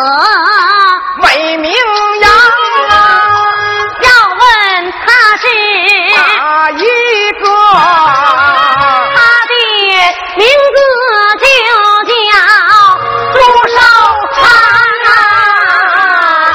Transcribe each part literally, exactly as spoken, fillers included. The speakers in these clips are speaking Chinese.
美名扬啊。 要问他是哪一个？ 他的名字就叫朱少川啊。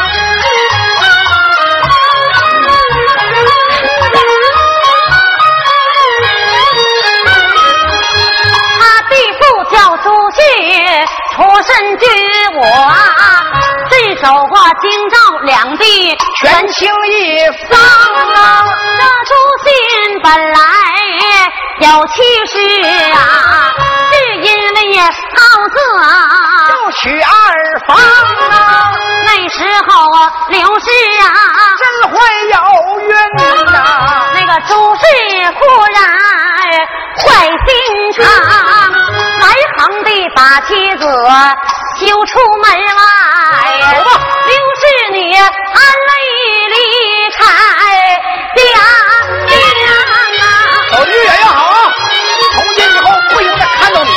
他的父叫朱旭，出身居我，最守过京兆两地， 全情一方啊。 这朱信本来有气势啊，是因为好色啊， 就娶二房啊。 那时候啊，刘氏啊， 真会有运呐。 那个朱氏忽然坏心肠，来横地把妻子休出门外。 走吧， 刘氏女含泪离开家乡啊。 走得越远越好啊！从今以后不应该看到你。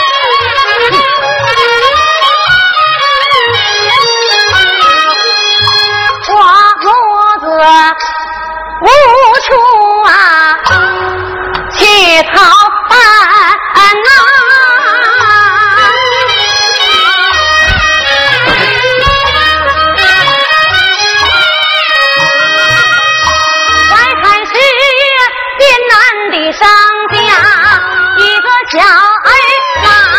我母子无处啊去逃犯呐。再看是艰难的生下一个小儿郎。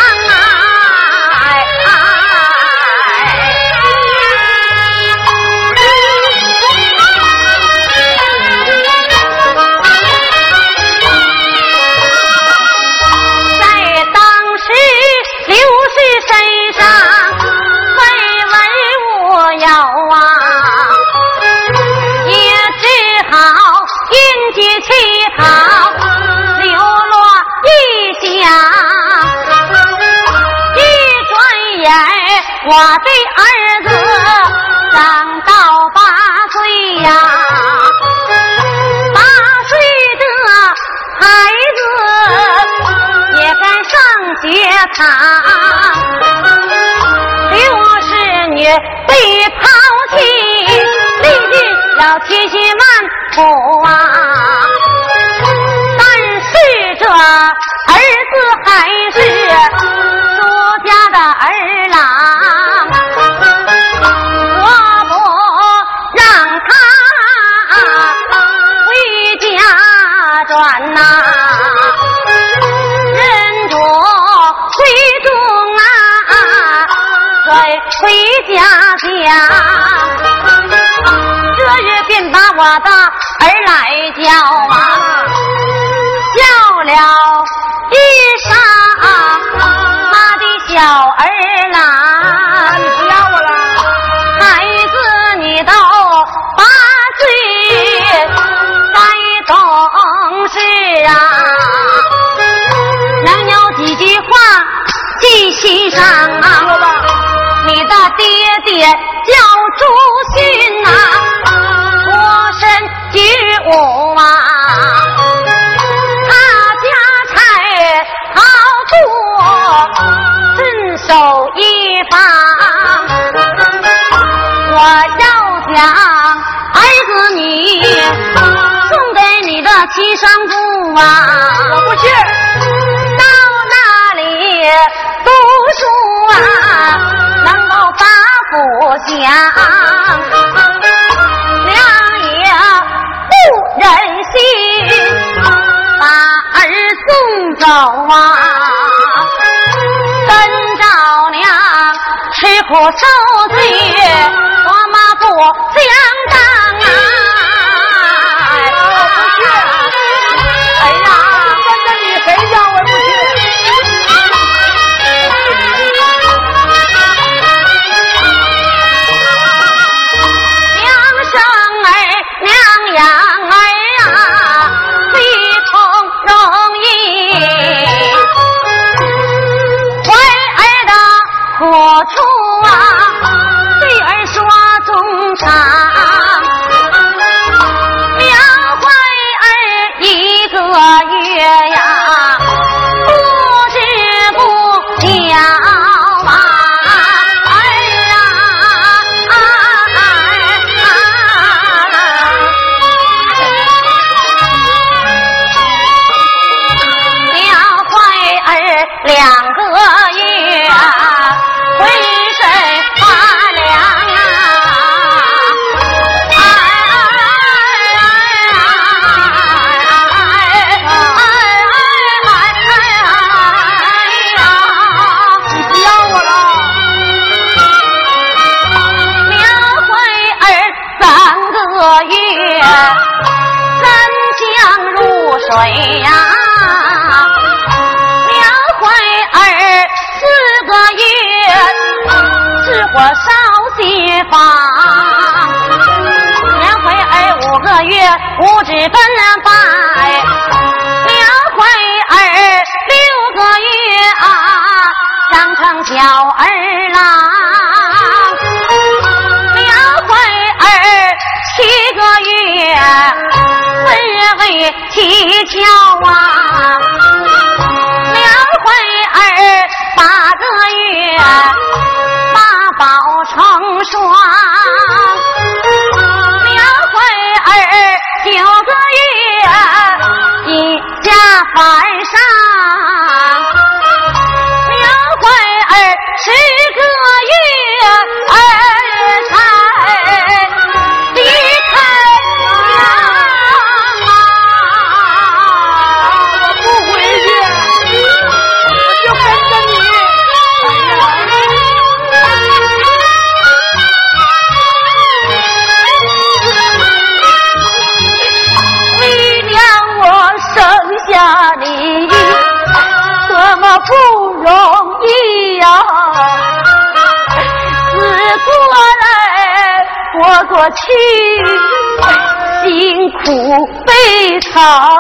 身上分文无有啊，也只好因疾乞讨，流落异乡。一转眼，我的儿子长到八岁呀、啊，八岁的孩子也该上学堂。被抛弃，历尽了千辛万苦啊！但是这儿子还是朱家的儿郎，何不让他回家转呐、啊？人着回中啊！回家乡，这日便把我的儿来叫啊，叫了一声他的小儿郎， 你不要我了？ 孩子你都八岁该懂事啊，能有几句话记心上啊。 说吧。 你的爹爹叫朱勋呐、啊，出身居武啊，他家财好多，镇守一方。我要将儿子你送给你的亲生父啊， 我不去。 到那里读书啊，能够把福享，娘也不忍心把儿送走啊，跟着娘吃苦受罪，多么不相当啊！ 我不去。 儿啊， 跟着你谁叫我不去？养儿啊，非同容易，怀儿的苦处啊，对儿说衷肠，描怀儿一个月呀，不知不觉啊，儿啊。 怎将入水呀、啊？两怀儿四个月，只活少心房。两怀儿五个月，五指奔拜。两怀儿六个月啊，长成小儿郎。七个月，分为七窍啊；两怀儿八个月，八宝成双；两怀儿九个月，一家繁盛；两怀儿十个月，儿才不容易呀、啊，死过来活过去，辛苦悲惨，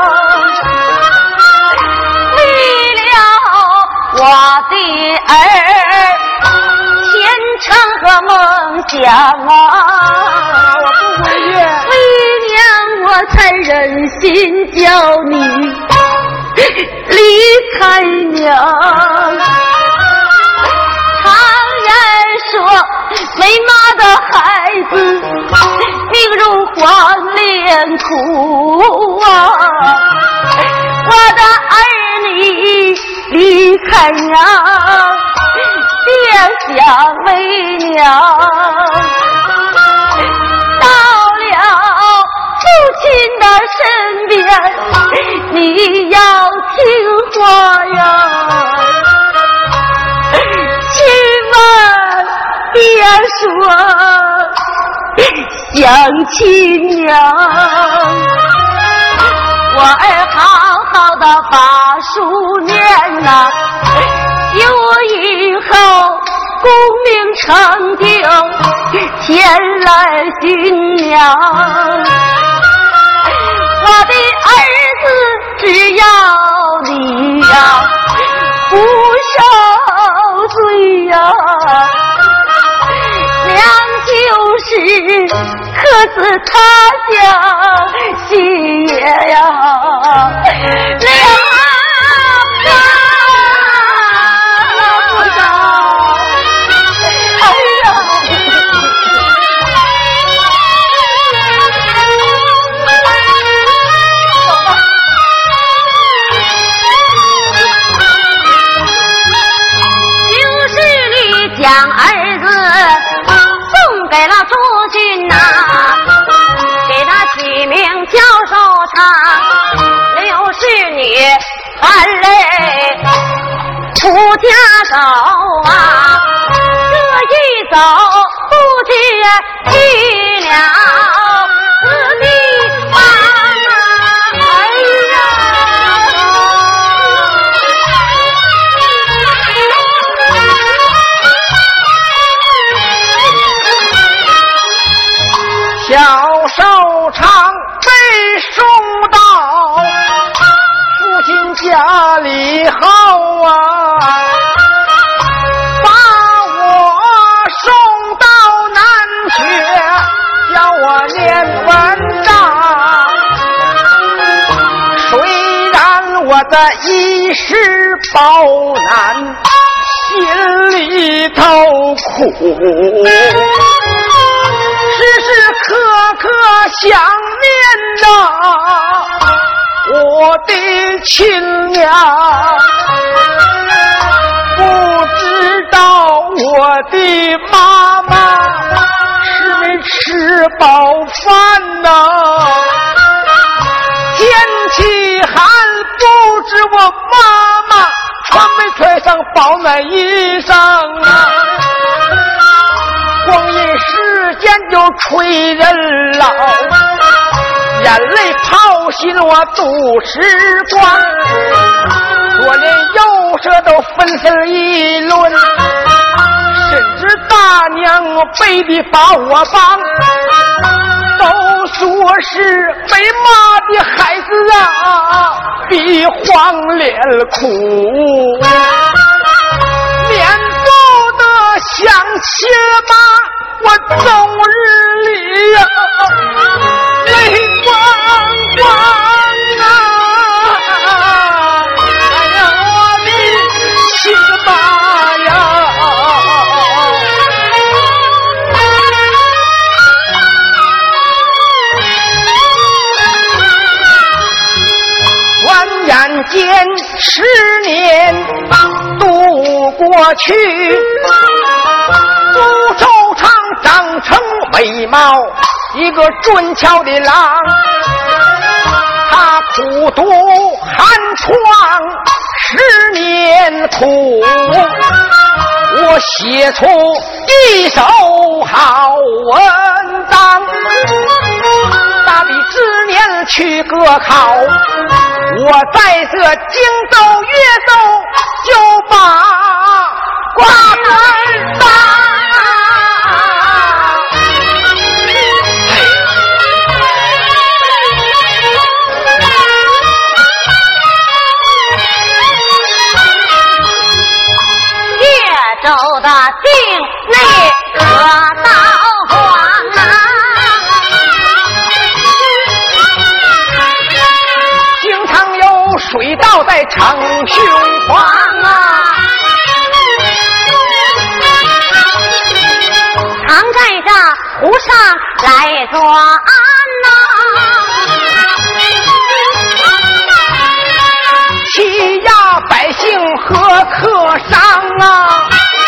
为了我的儿前程和梦想啊，我不会怨，为娘我才忍心叫你离开娘。常言说没妈的孩子命如黄连苦啊，我的儿女离开娘别想为娘，到了父亲的身边你要听话呀，千万别说想亲娘。我儿好好的把书念呐、啊，有以后功名成就前来寻娘。我的儿子只要你呀不受罪呀，娘就是客死他乡心也呀，娘啊不知道，哎呀。将儿子送给了朱军呐、啊，给他起名叫寿昌。刘氏女含泪出家走啊，这一走不知去了何地方啊！哎呀！ 小寿昌被送到父亲家里后啊，把我送到南学，教我念文章。虽然我的一时饱难，心里头苦，时时刻刻想念呐我的亲娘，不知道我的妈妈是没吃饱饭呐，天气寒，不知我妈妈穿没穿上保暖衣裳啊，光阴时间就催人老， 心我度时光，左邻右舍都纷纷议论，甚至大娘非得把我帮，都说是被骂的孩子啊比黄连苦，面部的想起吧我终日里呀、啊、泪光光啊，哎呀我的亲妈呀，转眼间十年度过去，朱州长长成美貌一个俊俏的郎，他苦读寒窗十年苦，我写出一手好文章，大比之年去个考，我在这荆州越州就把官儿当。 越州的境内可到黄啊， 经常有水道在逞雄狂啊， 常在这湖上来作案呐、 欺压百姓和客商啊，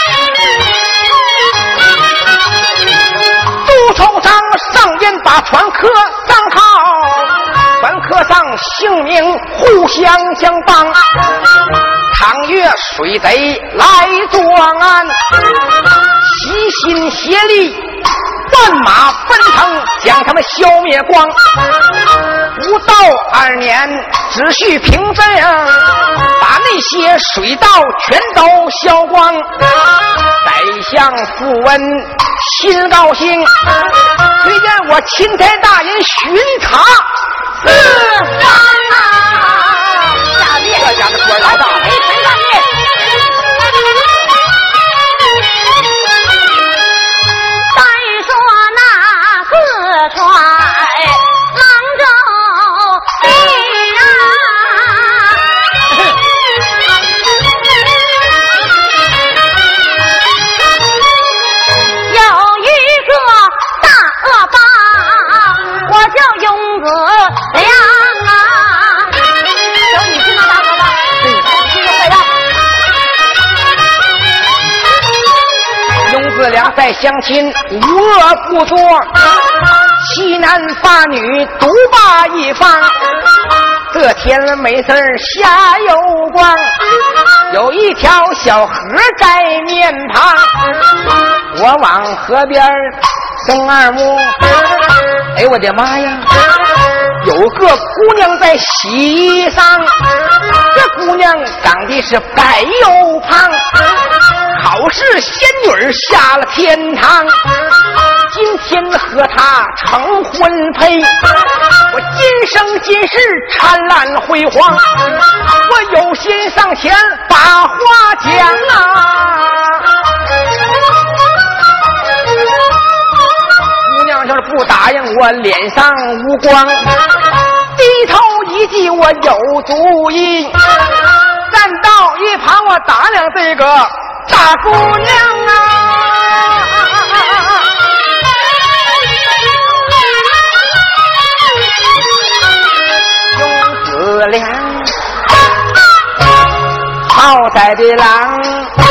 都头上上边把船客上好，船客上姓名互相相帮，倘若水贼来作案，齐心协力万马奔腾将他们消灭光，不到二年只需平镇，把那些水道全都消光，宰相富闻心高兴，推荐我钦差大人巡查四方啊， 下面这家的官老大没陈大爷再说那四川杭州地啊，有一个大恶霸，我叫雍子良啊。有你知道大恶霸？这个会的。 雍子良在相亲无恶不作，欺男霸女独霸一方，这天没事瞎有光，有一条小河在面旁，我往河边生二目，哎我的妈呀，有个姑娘在洗衣裳，这姑娘长得是白又胖，好是仙女下了天堂，今天和她成婚配，我今生今世灿烂辉煌，我有心上前把话讲啊，姑娘要是不答应我脸上无光，低头一记我有主意，站到一旁我打量这个大姑娘啊，雍子良好歹的郎，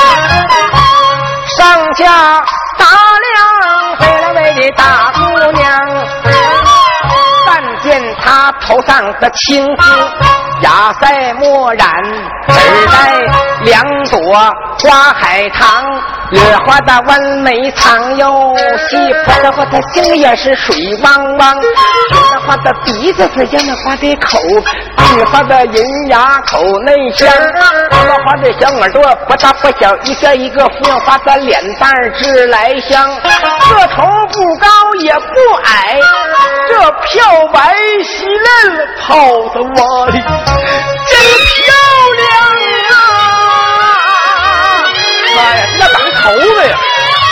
上下打量飞来飞的大姑娘，但见她头上的青丝压塞墨染，耳戴两朵花海棠，略花的完美藏有戏，泼的花的心也是水汪汪，雪的花的鼻子是烟的花的口，菊花的银牙口内香，桃的花的小耳朵不大不小，一个一个芙蓉花的脸蛋直来香，个头不高也不矮，这漂白洗嫩泡的我的真漂亮啊！哎呀，这等头子呀！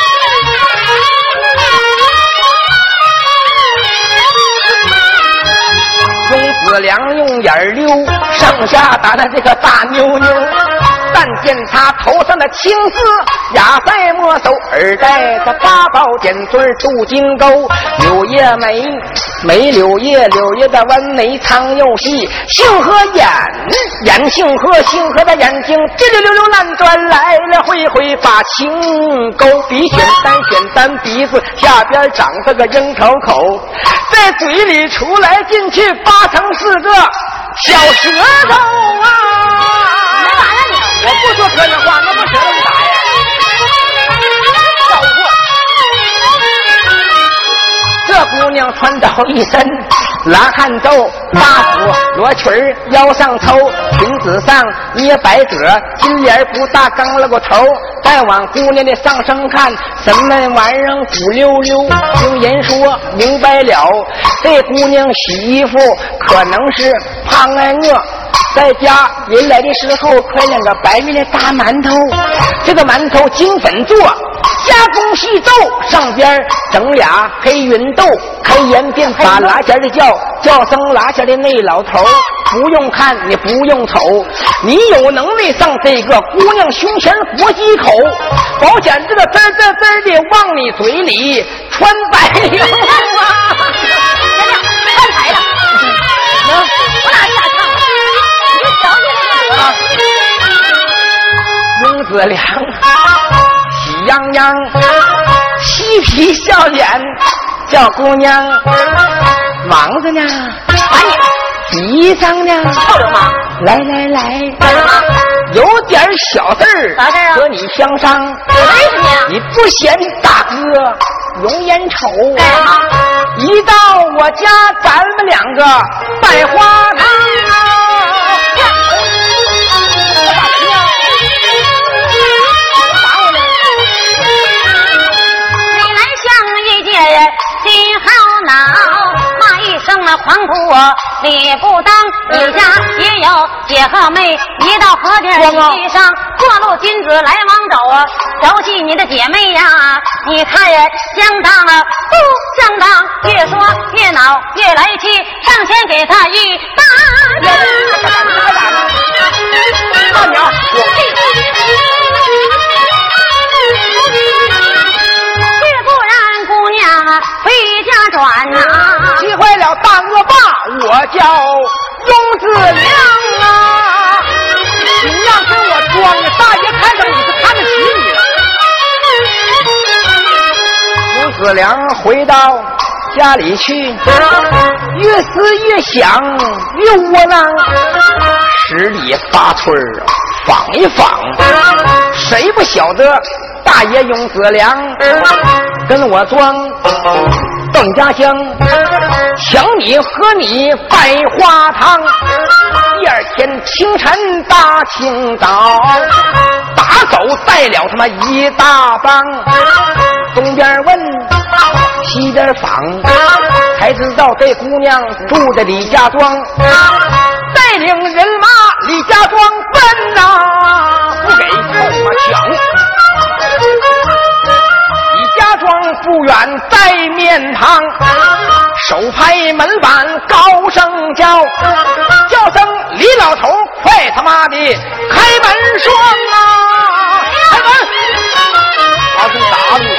钟子良用眼溜，上下打的这个大妞妞，但见他头上的青丝压在墨手，耳戴的八宝点缀镀金钩，柳叶眉眉柳叶，柳叶的弯眉藏又细，杏核眼眼杏核，杏核的眼睛滴溜溜溜乱转，来来回回把情勾，鼻选单选单鼻子，下边长着个樱桃口，在嘴里出来进去八成是个小舌头啊！我不说客人话，那不舌头你打呀？照过。这姑娘穿着一身蓝汗皱，八股罗裙腰上抽，裙子上捏百褶，金莲不大刚了个头。再往姑娘的上身看，什么玩意儿鼓溜溜，用人说明白了，这姑娘洗衣服可能是胖挨饿，在家人来的时候揣两个白面的大馒头，这个馒头金粉做，加工细豆，上边整俩黑芸豆，开言便把拉弦的叫叫声拉弦的那老头，不用看你不用瞅，你有能力上这个姑娘胸前活几口，保险这个滋滋滋的往你嘴里穿白油啊！ 穿台了，我哪下唱了？你瞧见了？ 翁子良喜洋洋，嬉皮笑脸，叫姑娘忙着呢，急上呢， 臭流氓！ 来来来，有点小事儿， 啥事儿啊？ 和你相商。 为什么呀？ 你不嫌大哥容颜丑？ 干什么？ 一到我家，咱们两个拜花堂啊！ 你来像一介人，心好恼。骂一声了黄土理不当，你家也有姐和妹，一到河边地上过路君子来往走啊，调戏你的姐妹呀，你看人相当啊不相当？越说越恼越来气，上前给他一大人。 大娘，我这不然姑娘回家转呐， 气坏了大恶霸，我叫翁子良啊！你要跟我装的，大爷看上你是看得起你了。翁子良回到家里去，越思越想越窝囊，十里八村访一访，谁不晓得大爷翁子良跟我装到你家乡，想你和你拜花堂。第二天清晨大清早，打狗带了他妈一大帮，东边问西边访，才知道这姑娘住在李家庄，带领人马李家庄奔呐、啊，不给驸马抢。李家庄不远在面旁，手拍门板高声叫，叫声李老头快他妈的开门双啊！开门！把这打住！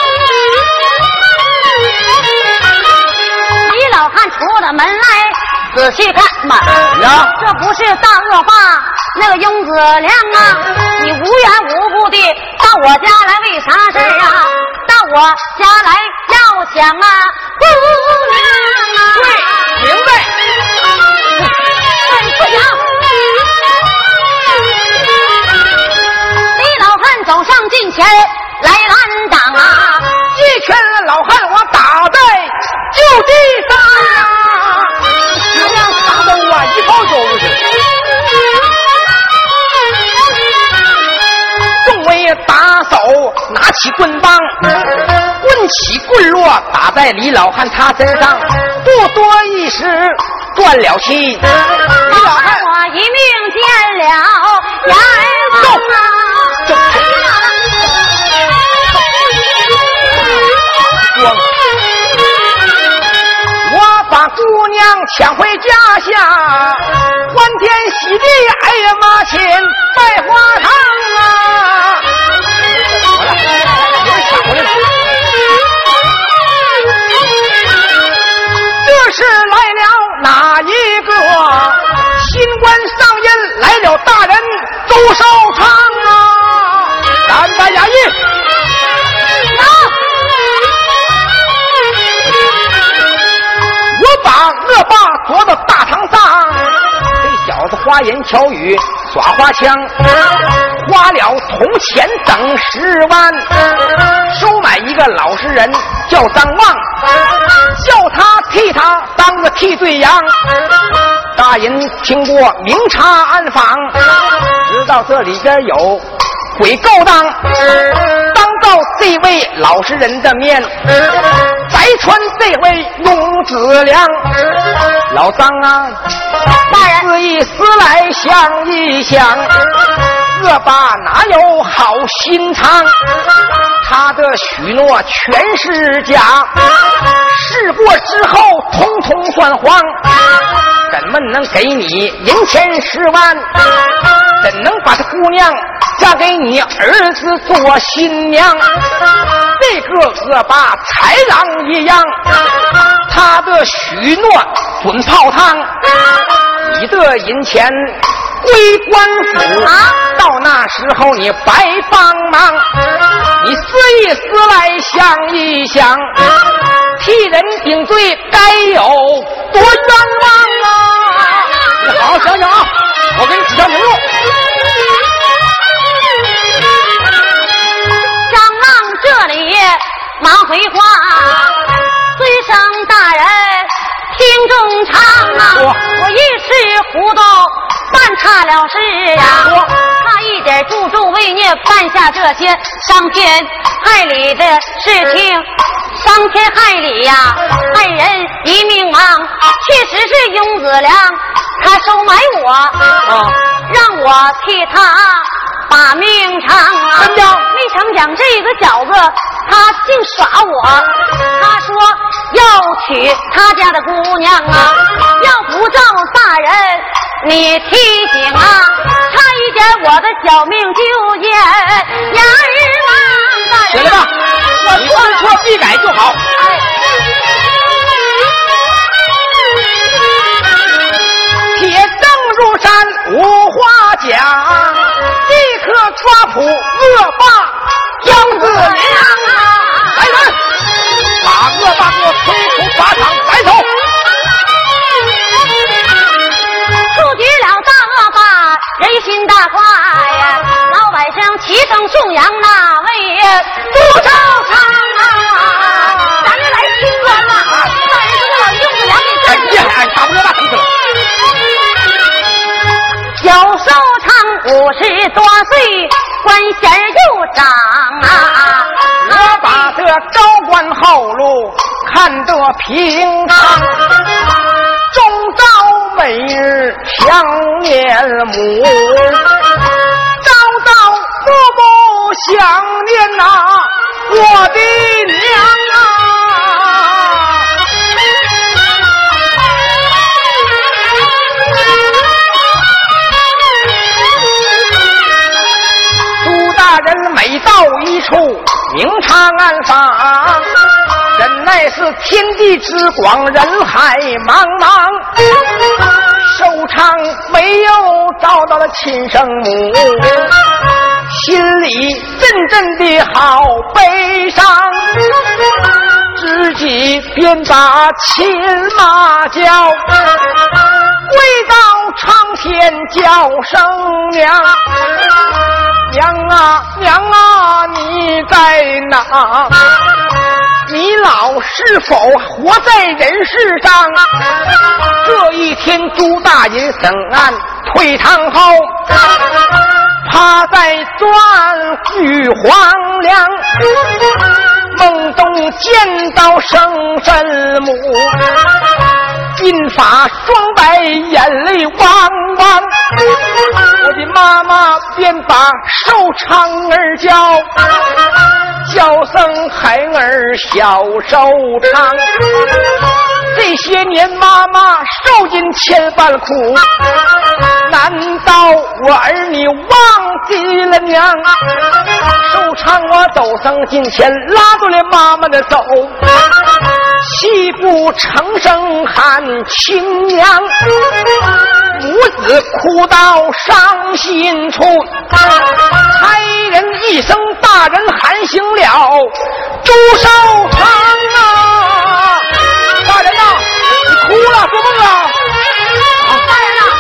李老汉出了门来，仔细看嘛， 呀， 这不是大恶霸那个翁子良啊！你无缘无故的到我家来为啥事儿啊？到我家来要抢啊姑娘啊！ 对，明白。 不抢。 前来拦挡啊！ 一拳老汉我打在就地上啊！徐娘打得我一炮走过去。众位打手拿起棍棒，棍起棍落，打在李老汉他身上，不多一时断了气。李老汉我一命见了阎王啊！ 我把姑娘抢回家下，欢天喜地，哎呀妈亲拜花堂啊！好了，你们抢回来了。这是来了哪一个？新官上任来了大人周少昌啊！咱把衙役。我把恶霸捉到大堂上，这小子花言巧语耍花枪，花了铜钱等十万，收买一个老实人叫张望，叫他替他当个替罪羊。大人听过明察暗访，知道这里边有鬼勾当，当到这位老实人的面，再传这位翁子良。老张啊，大人意思来想一想，恶霸哪有好心肠？他的许诺全是假，事过之后统统算黄。怎么能给你银钱十万？怎能把这姑娘嫁给你儿子做新娘？这个恶霸豺狼一样，他的许诺准泡汤。你的银钱归官府啊，到那时候你白帮忙。你思一思来想一想，替人顶罪该有多冤枉啊！你好好想想啊，我给你指条明路。 张望这里忙回话，尊生大人听众长啊！我一时糊涂，办差了事呀、啊！他一点助纣为虐，犯下这些伤天害理的事情。伤天害理呀、啊，害人一命亡，确实是雍子良，他收买我，啊、让我替他把命偿啊！没成想这个小子他竟耍我，他说要娶他家的姑娘啊，要不照大人你提醒啊，差一点我的小命就见阎王大人。 行了吧，我知错必改就好。铁证如山无话讲，立刻抓捕恶霸张子良啊！来人，把恶霸给我推出法场摆走。 处决了大恶霸，人心大快呀！老百姓齐声颂扬那位朱少昌啊！咱们来听官了，大人说老雍子良给干呀，哎，差不多吧，你说。 小少昌五十多岁，官衔又长啊！ 我把这招官后路看得平常，终朝每日想念母，朝朝暮暮想念呐、啊、我的娘啊！朱大人每到一处明察暗访，真乃是天地之广，人海茫茫。收场没有找到了亲生母，心里阵阵的好悲伤，自己便把亲妈叫，跪到苍天叫声娘。 娘啊娘啊，你在哪？你老是否活在人世上？这一天朱大人审案退堂后，趴在砖具荒凉，梦中见到圣神母，鬓发双白，眼泪汪汪。我的妈妈便把寿长儿叫，叫声孩儿小寿长。这些年妈妈受尽千般苦，难道我儿女忘记了娘？寿长我走上近前，拉住了妈妈的手，泣不成声喊亲娘。母子哭到伤心处，差人一声大人喊醒了朱寿长啊！大人呐、啊，你哭了做梦了？ 大人呐、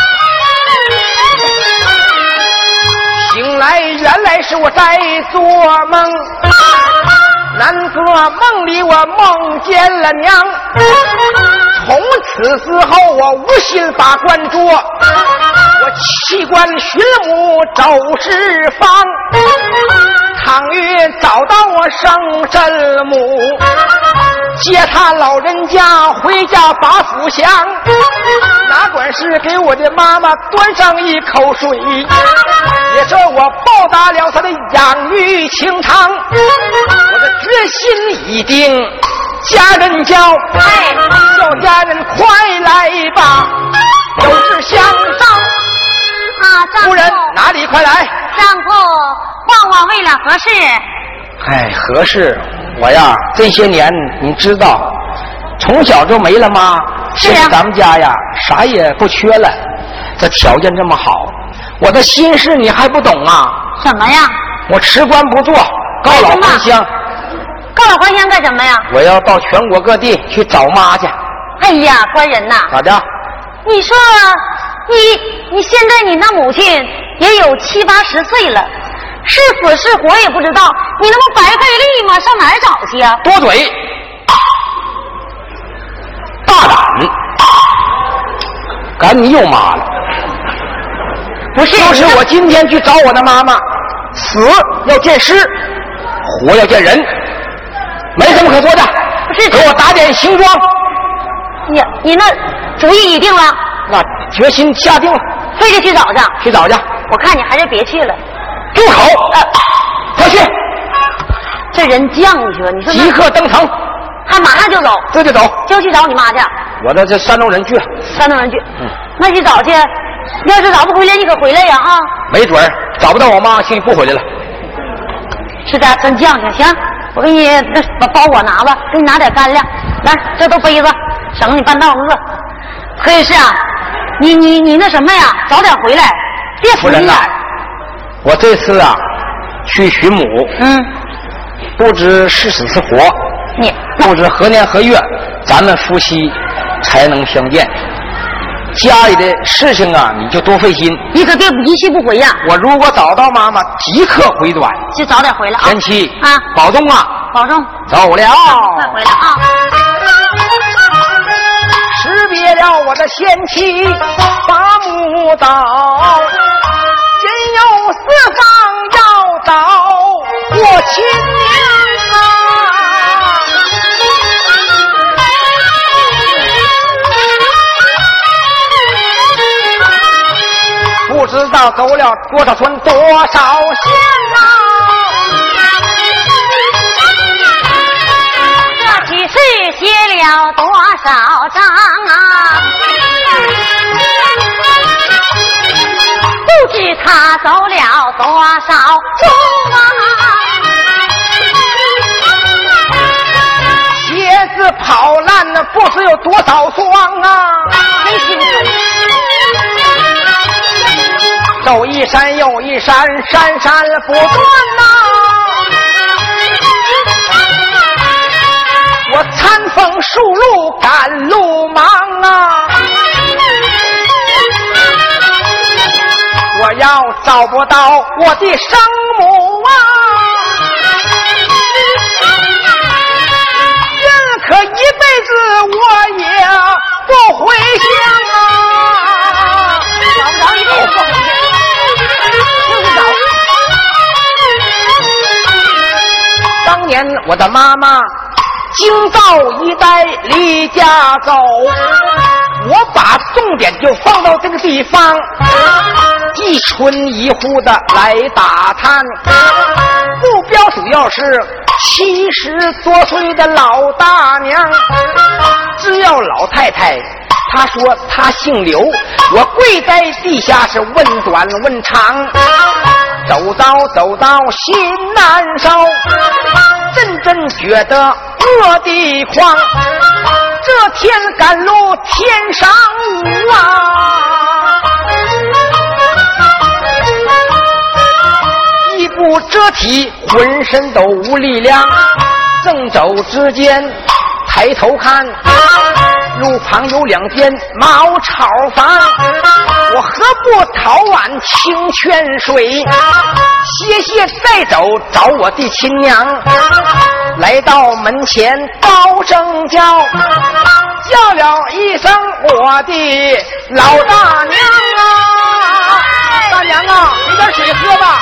啊！醒来原来是我在做梦，难做梦里我梦见了娘。从此之后我无心把官做，我弃官寻母走四方。倘若找到我生真母，接他老人家回家把福享，哪管是给我的妈妈端上一口水，也说我报答了他的养育清汤。我的决心已定，家人叫， 哎， 叫家人快来吧，有事相商。 啊，丈夫， 夫人哪里快来？ 丈夫，晃晃为了何事？ 哎，何事？我呀，这些年你知道，从小就没了妈，现在咱们家呀啥也不缺了，这条件这么好，我的心事你还不懂啊？ 什么呀？ 我辞官不做，告老还乡。 告老还乡干什么呀？ 我要到全国各地去找妈去。 哎呀，官人呐， 咋的？ 你说你你现在你那母亲也有七八十岁了，是死是活也不知道，你那么白费力吗？上哪儿找去呀？ 多嘴，大胆，赶你又妈了。 不是， 就是我今天去找我的妈妈，死要见尸，活要见人，没什么可说的。 不是， 给我打点行装。 你你那主意已定了？ 那决心下定了， 非得去找去？ 去找去。 我看你还是别去了。 住口！呃，快去！ 这人犟去，你说即刻登城， 他马上就走， 这就走， 就去找你妈去。 我的这山东人去， 山东人去， 嗯， 那去找去。要是找不回来，你可回来呀啊！ 没准儿找不到我妈，兴许不回来了。 是的，真犟去。行，我给你那把包裹拿吧，给你拿点干粮。来，这都杯子，省得你半道饿。可以是啊，你你你那什么呀，早点回来，别夫人呐，我这次啊去寻母， 嗯， 不知是死是活， 你不知何年何月咱们夫妻才能相见。家里的事情啊，你就多费心。 你可别一去不回呀！ 我如果找到妈妈，即刻回转。 就早点回来啊！ 贤妻啊， 保重啊！ 保重， 走了， 快回来啊！ 识别了我的贤妻把母dau，人有四方要找我亲娘啊！不知道走了多少村多少县呐、 这起事写了多少章啊？不知他走了多少路啊？ 鞋子跑烂了不知有多少双啊！ 没心思。 走一山又一山，山山不断呐、我餐风树路赶路忙啊！我要找不到我的生母啊，人可一辈子我也不回乡啊， 找不着一辈子不回乡，就是找。 当年我的妈妈京兆一带离家走，我把重点就放到这个地方，一村一户的来打探，目标主要是七十多岁的老大娘。只要老太太她说她姓刘，我跪在地下是问短问长，走到走到心难受，真真觉得饿地慌，这天赶路天上无啊，衣不遮体，浑身都无力量，正走之间抬头看，路旁有两间茅草房，我何不讨碗清泉水，歇歇再走找我的亲娘。来到门前高声叫，叫了一声我的老大娘啊，大娘啊，给点水喝吧。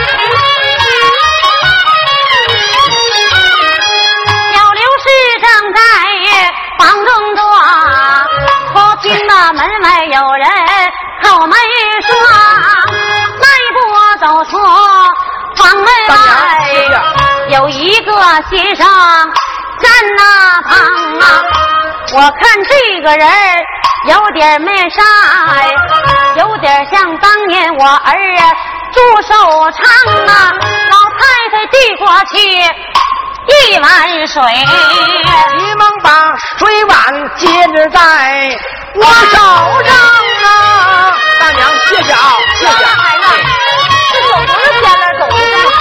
小刘氏正在房中坐，可听那门外有人叩门说，迈步走出房门外，有一个先生站那旁啊，我看这个人有点面善，有点像当年我儿祝寿昌啊，老太太递过去一碗水， 急忙把水碗接着在我手上啊，大娘谢谢啊，谢谢。 孩子，这走多少天了，走不动。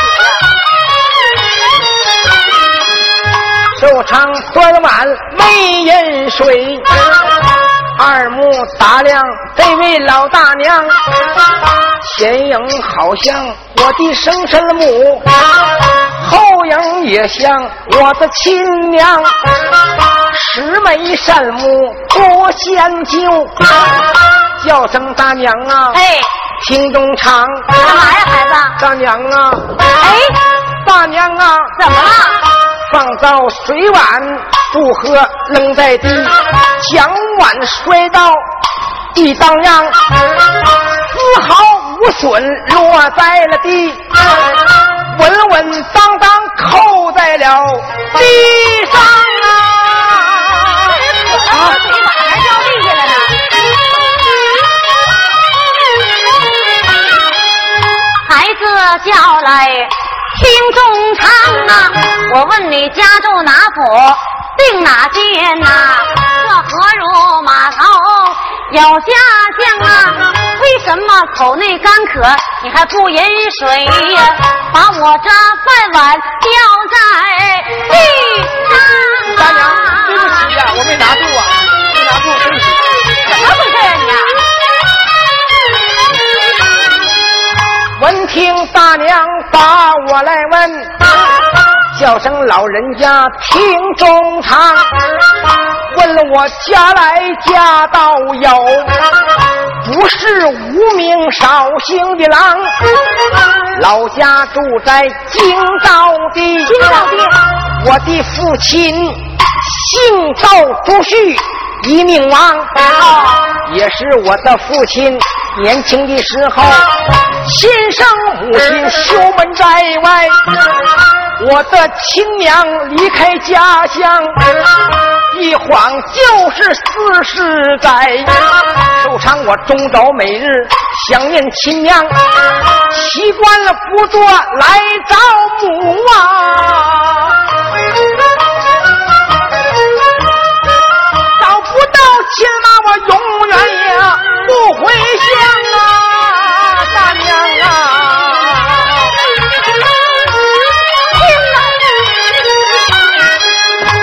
寿昌端碗没饮水，二目打量这位老大娘，前影好像我的生身母，后影也像我的亲娘，十眉善目多仙秀，叫声大娘啊， 哎， 听中长。 干嘛呀，孩子？ 大娘啊， 哎， 大娘啊， 怎么了？ 放到水碗不喝扔在地，将碗摔到地当央，丝毫无损落在了地，稳稳当当扣在了地上啊！ 啊，水碗还掉地下了呢。孩子叫来听中长啊，我问你家住哪府定哪间呐、啊？这何如码头有家乡啊？为什么口内干渴你还不饮水呀？把我这饭碗掉在地上啊！ 大娘，对不起呀、啊，我没拿住啊，没拿住，对不起。 怎么回事啊你啊？ 闻听大娘把我来问，叫声老人家听中长，问了我家来家道有，不是无名绍兴的郎，老家住在京兆地， 京兆地， 我的父亲姓赵朱旭，一命亡，哦，也是我的父亲年轻的时候亲生母亲休门在外，我的亲娘离开家乡，一晃就是四十载，寿长我终朝每日想念亲娘，习惯了不做来找母啊，找不到亲妈我永远也不回乡啊，大娘啊。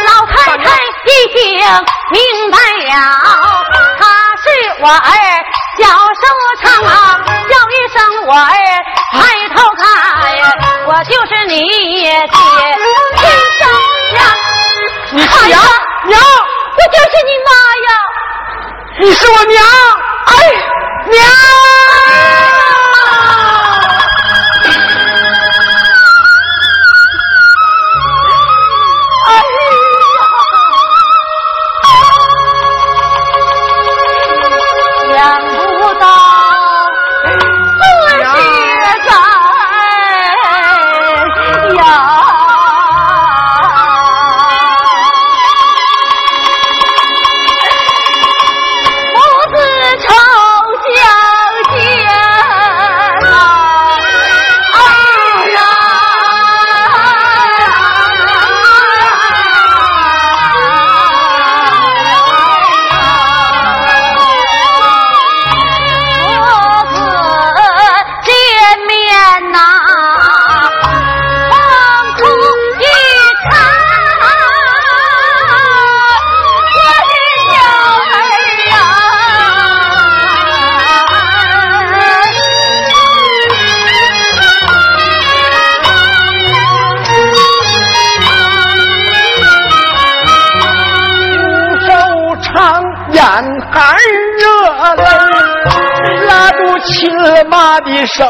一听明白了，他是我儿小手唱啊，叫一声我儿抬头看，我就是你的亲生娘。 你是娘娘， 我就是你妈呀！ 你是我娘，哎，娘。妈的手，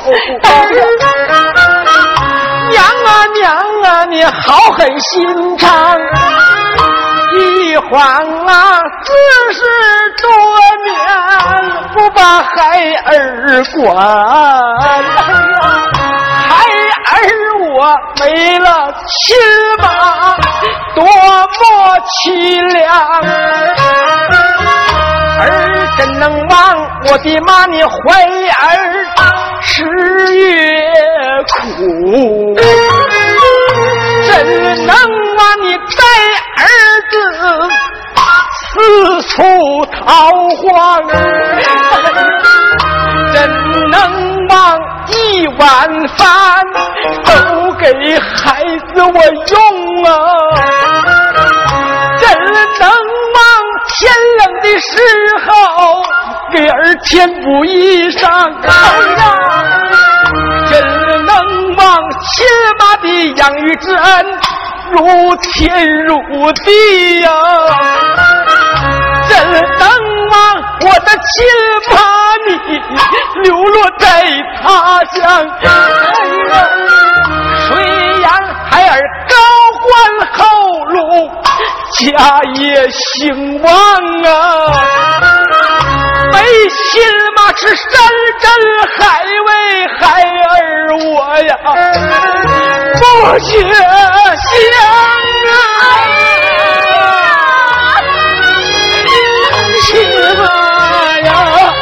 娘啊娘啊，你好狠心肠，一晃啊四十多年不把孩儿管，孩儿我没了亲妈，多么凄凉。儿怎能忘我的妈你怀儿十月苦，怎能忘你带儿子四处逃荒，怎能忘一碗饭都给孩子我用啊，怎能忘天冷的时候给儿添补衣裳，怎能忘亲妈的养育之恩如天如地呀、啊？怎能忘我的亲妈你流落在他乡？虽然孩儿高官厚禄，家业兴旺啊，没亲妈是山珍海味，孩儿我呀不觉香啊，亲妈呀。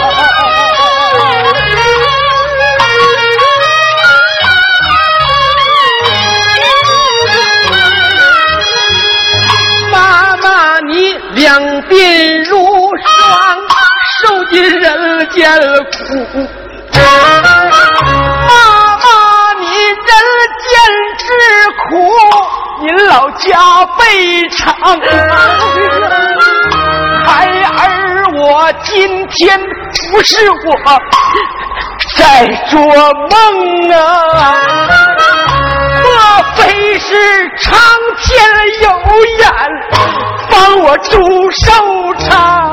两鬓如霜，受尽人间苦。妈妈，你人间之苦，您老家悲伤。孩儿，我今天不是我在做梦啊，莫非是苍天有眼？帮我祝寿长，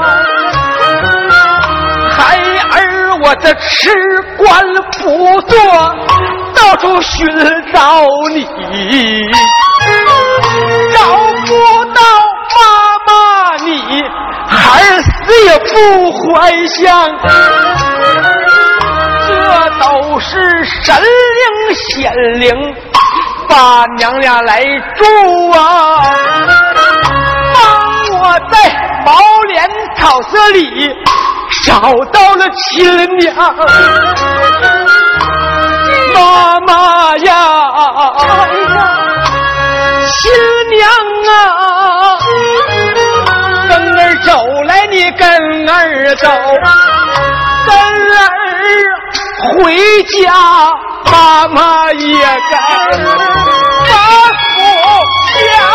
孩儿我这吃官不做，到处寻找你，找不到妈妈你，孩儿死也不怀乡。这都是神灵显灵把娘俩来助啊，我在毛镰草舍里找到了亲娘，妈妈呀，亲娘啊，跟儿走来你跟儿走，跟儿回家，妈妈也该把父强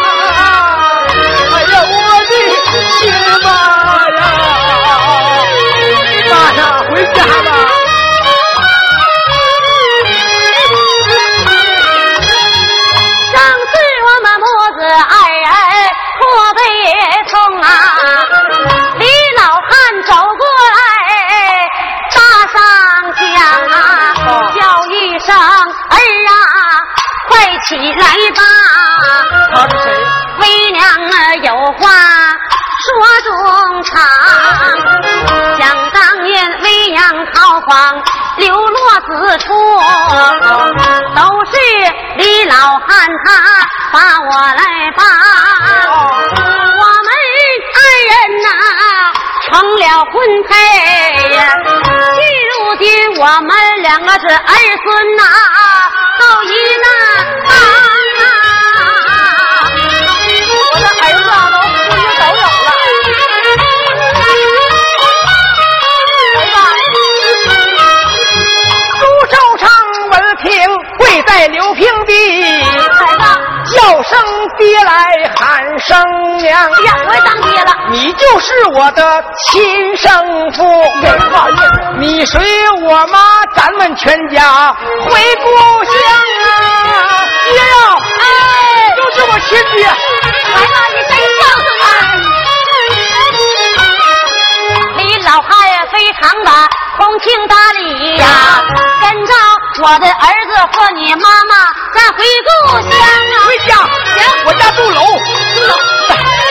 啊，亲妈呀， 起来吧。 他是谁？ 为娘儿有话说中长，想当年为娘逃荒流落四处，都是李老汉他把我来帮。我们二人呐、啊、成了婚配呀，现如今我们两个是儿孙呐、啊，都一那帮啊！ 我的儿子啊，都不是都有了。朱寿昌闻听，跪在刘平地， 孩子， 叫声爹来喊声娘。 哎呀，我也当爹了。 你就是我的亲生父，不好意思，你随我妈，咱们全家回故乡啊！爹呀，哎，就是我亲爹。 孩子，你真孝顺啊！李老汉呀，非常的通情达理呀，跟着我的儿子和你妈妈，咱回故乡啊！ 回家， 行， 我家住楼， 住楼。